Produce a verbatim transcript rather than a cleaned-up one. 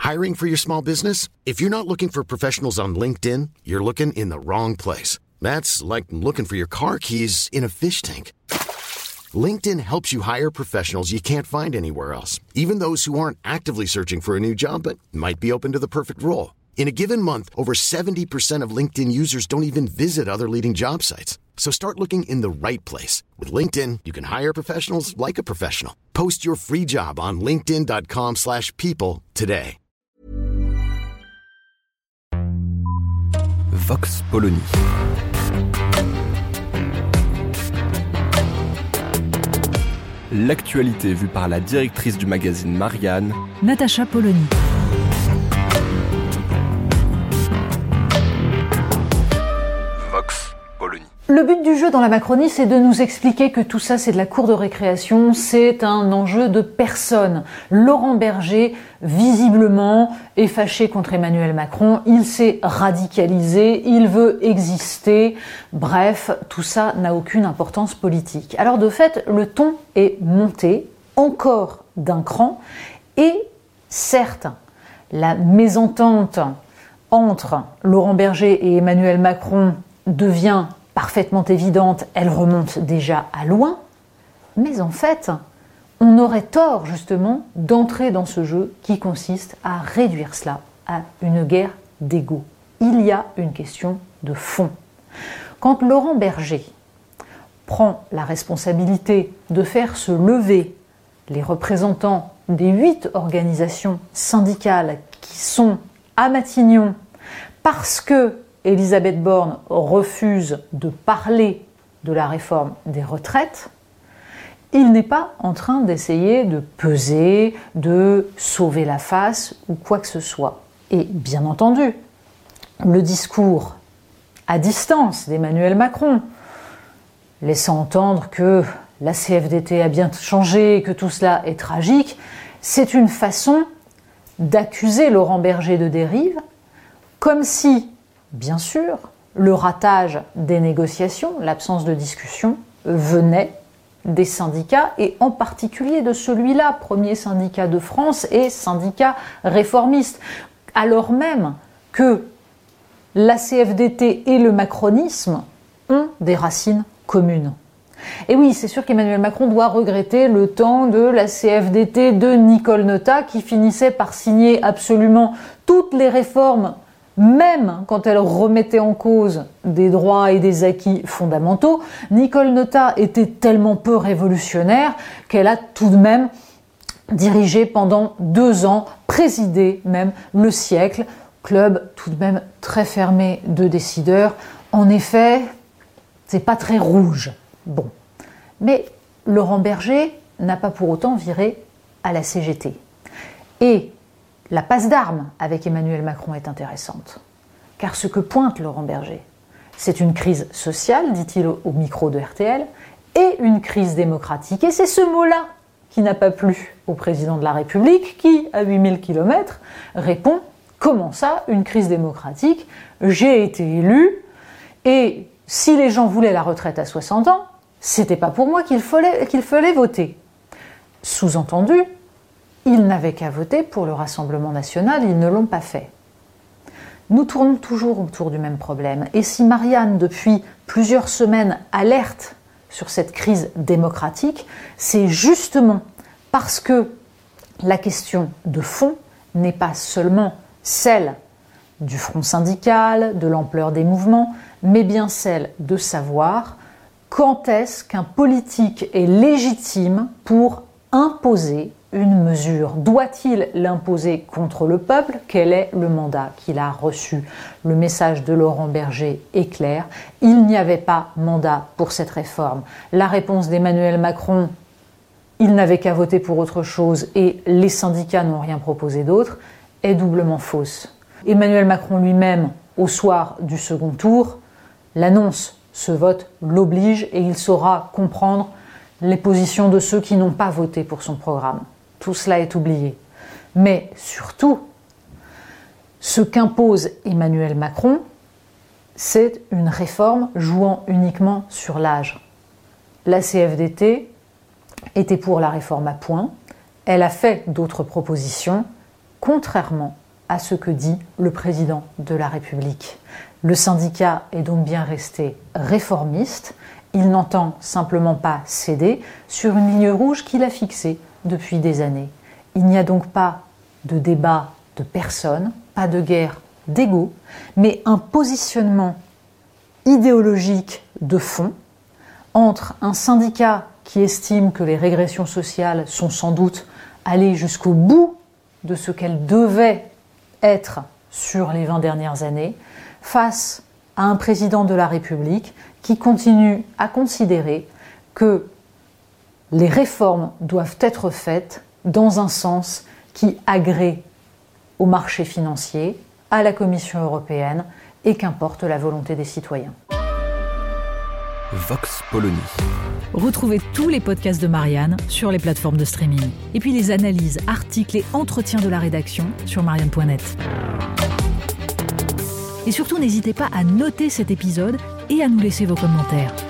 Hiring for your small business? If you're not looking for professionals on LinkedIn, you're looking in the wrong place. That's like looking for your car keys in a fish tank. LinkedIn helps you hire professionals you can't find anywhere else, even those who aren't actively searching for a new job but might be open to the perfect role. In a given month, over seventy percent of LinkedIn users don't even visit other leading job sites. So start looking in the right place. With LinkedIn, you can hire professionals like a professional. Post your free job on linkedin dot com slash people today. Vox Polony. L'actualité vue par la directrice du magazine Marianne, Natacha Polony. Vox Polony. Le but du jeu dans la Macronie, c'est de nous expliquer que tout ça, c'est de la cour de récréation, c'est un enjeu de personne. Laurent Berger, visiblement, est fâché contre Emmanuel Macron, il s'est radicalisé, il veut exister, bref, tout ça n'a aucune importance politique. Alors de fait, le ton est monté, encore d'un cran, et certes, la mésentente entre Laurent Berger et Emmanuel Macron devient parfaitement évidente, elle remonte déjà à loin, mais en fait, on aurait tort justement d'entrer dans ce jeu qui consiste à réduire cela à une guerre d'ego. Il y a une question de fond. Quand Laurent Berger prend la responsabilité de faire se lever les représentants des huit organisations syndicales qui sont à Matignon parce que Elisabeth Borne refuse de parler de la réforme des retraites, il n'est pas en train d'essayer de peser, de sauver la face ou quoi que ce soit. Et bien entendu, le discours à distance d'Emmanuel Macron, laissant entendre que la C F D T a bien changé, que tout cela est tragique, c'est une façon d'accuser Laurent Berger de dérive, comme si, bien sûr, le ratage des négociations, l'absence de discussion, venait des syndicats et en particulier de celui-là, premier syndicat de France et syndicat réformiste, alors même que la C F D T et le macronisme ont des racines communes. Et oui, c'est sûr qu'Emmanuel Macron doit regretter le temps de la C F D T de Nicole Notat qui finissait par signer absolument toutes les réformes, même quand elle remettait en cause des droits et des acquis fondamentaux. Nicole Notat était tellement peu révolutionnaire qu'elle a tout de même dirigé pendant deux ans, présidé même le siècle, club tout de même très fermé de décideurs. En effet, c'est pas très rouge. Bon. Mais Laurent Berger n'a pas pour autant viré à la C G T. Et la passe d'armes avec Emmanuel Macron est intéressante. Car ce que pointe Laurent Berger, c'est une crise sociale, dit-il au micro de R T L, et une crise démocratique. Et c'est ce mot-là qui n'a pas plu au président de la République, qui, à huit mille kilomètres, répond « Comment ça, une crise démocratique ? J'ai été élu, et si les gens voulaient la retraite à soixante ans, c'était pas pour moi qu'il fallait, qu'il fallait voter. » Sous-entendu, ils n'avaient qu'à voter pour le Rassemblement national, ils ne l'ont pas fait. Nous tournons toujours autour du même problème. Et si Marianne, depuis plusieurs semaines, alerte sur cette crise démocratique, c'est justement parce que la question de fond n'est pas seulement celle du front syndical, de l'ampleur des mouvements, mais bien celle de savoir quand est-ce qu'un politique est légitime pour imposer une mesure. Doit-il l'imposer contre le peuple ? Quel est le mandat qu'il a reçu ? Le message de Laurent Berger est clair. Il n'y avait pas mandat pour cette réforme. La réponse d'Emmanuel Macron, il n'avait qu'à voter pour autre chose et les syndicats n'ont rien proposé d'autre, est doublement fausse. Emmanuel Macron lui-même, au soir du second tour, l'annonce, ce vote l'oblige et il saura comprendre les positions de ceux qui n'ont pas voté pour son programme. Tout cela est oublié. Mais surtout, ce qu'impose Emmanuel Macron, c'est une réforme jouant uniquement sur l'âge. La C F D T était pour la réforme à points. Elle a fait d'autres propositions contrairement à ce que dit le président de la République. Le syndicat est donc bien resté réformiste. Il n'entend simplement pas céder sur une ligne rouge qu'il a fixée depuis des années. Il n'y a donc pas de débat de personnes, pas de guerre d'ego, mais un positionnement idéologique de fond entre un syndicat qui estime que les régressions sociales sont sans doute allées jusqu'au bout de ce qu'elles devaient être sur les vingt dernières années, face à un président de la République qui continue à considérer que les réformes doivent être faites dans un sens qui agrée au marché financier, à la Commission européenne et qu'importe la volonté des citoyens. Vox Polony. Retrouvez tous les podcasts de Marianne sur les plateformes de streaming. Et puis les analyses, articles et entretiens de la rédaction sur marianne point net. Et surtout, n'hésitez pas à noter cet épisode et à nous laisser vos commentaires.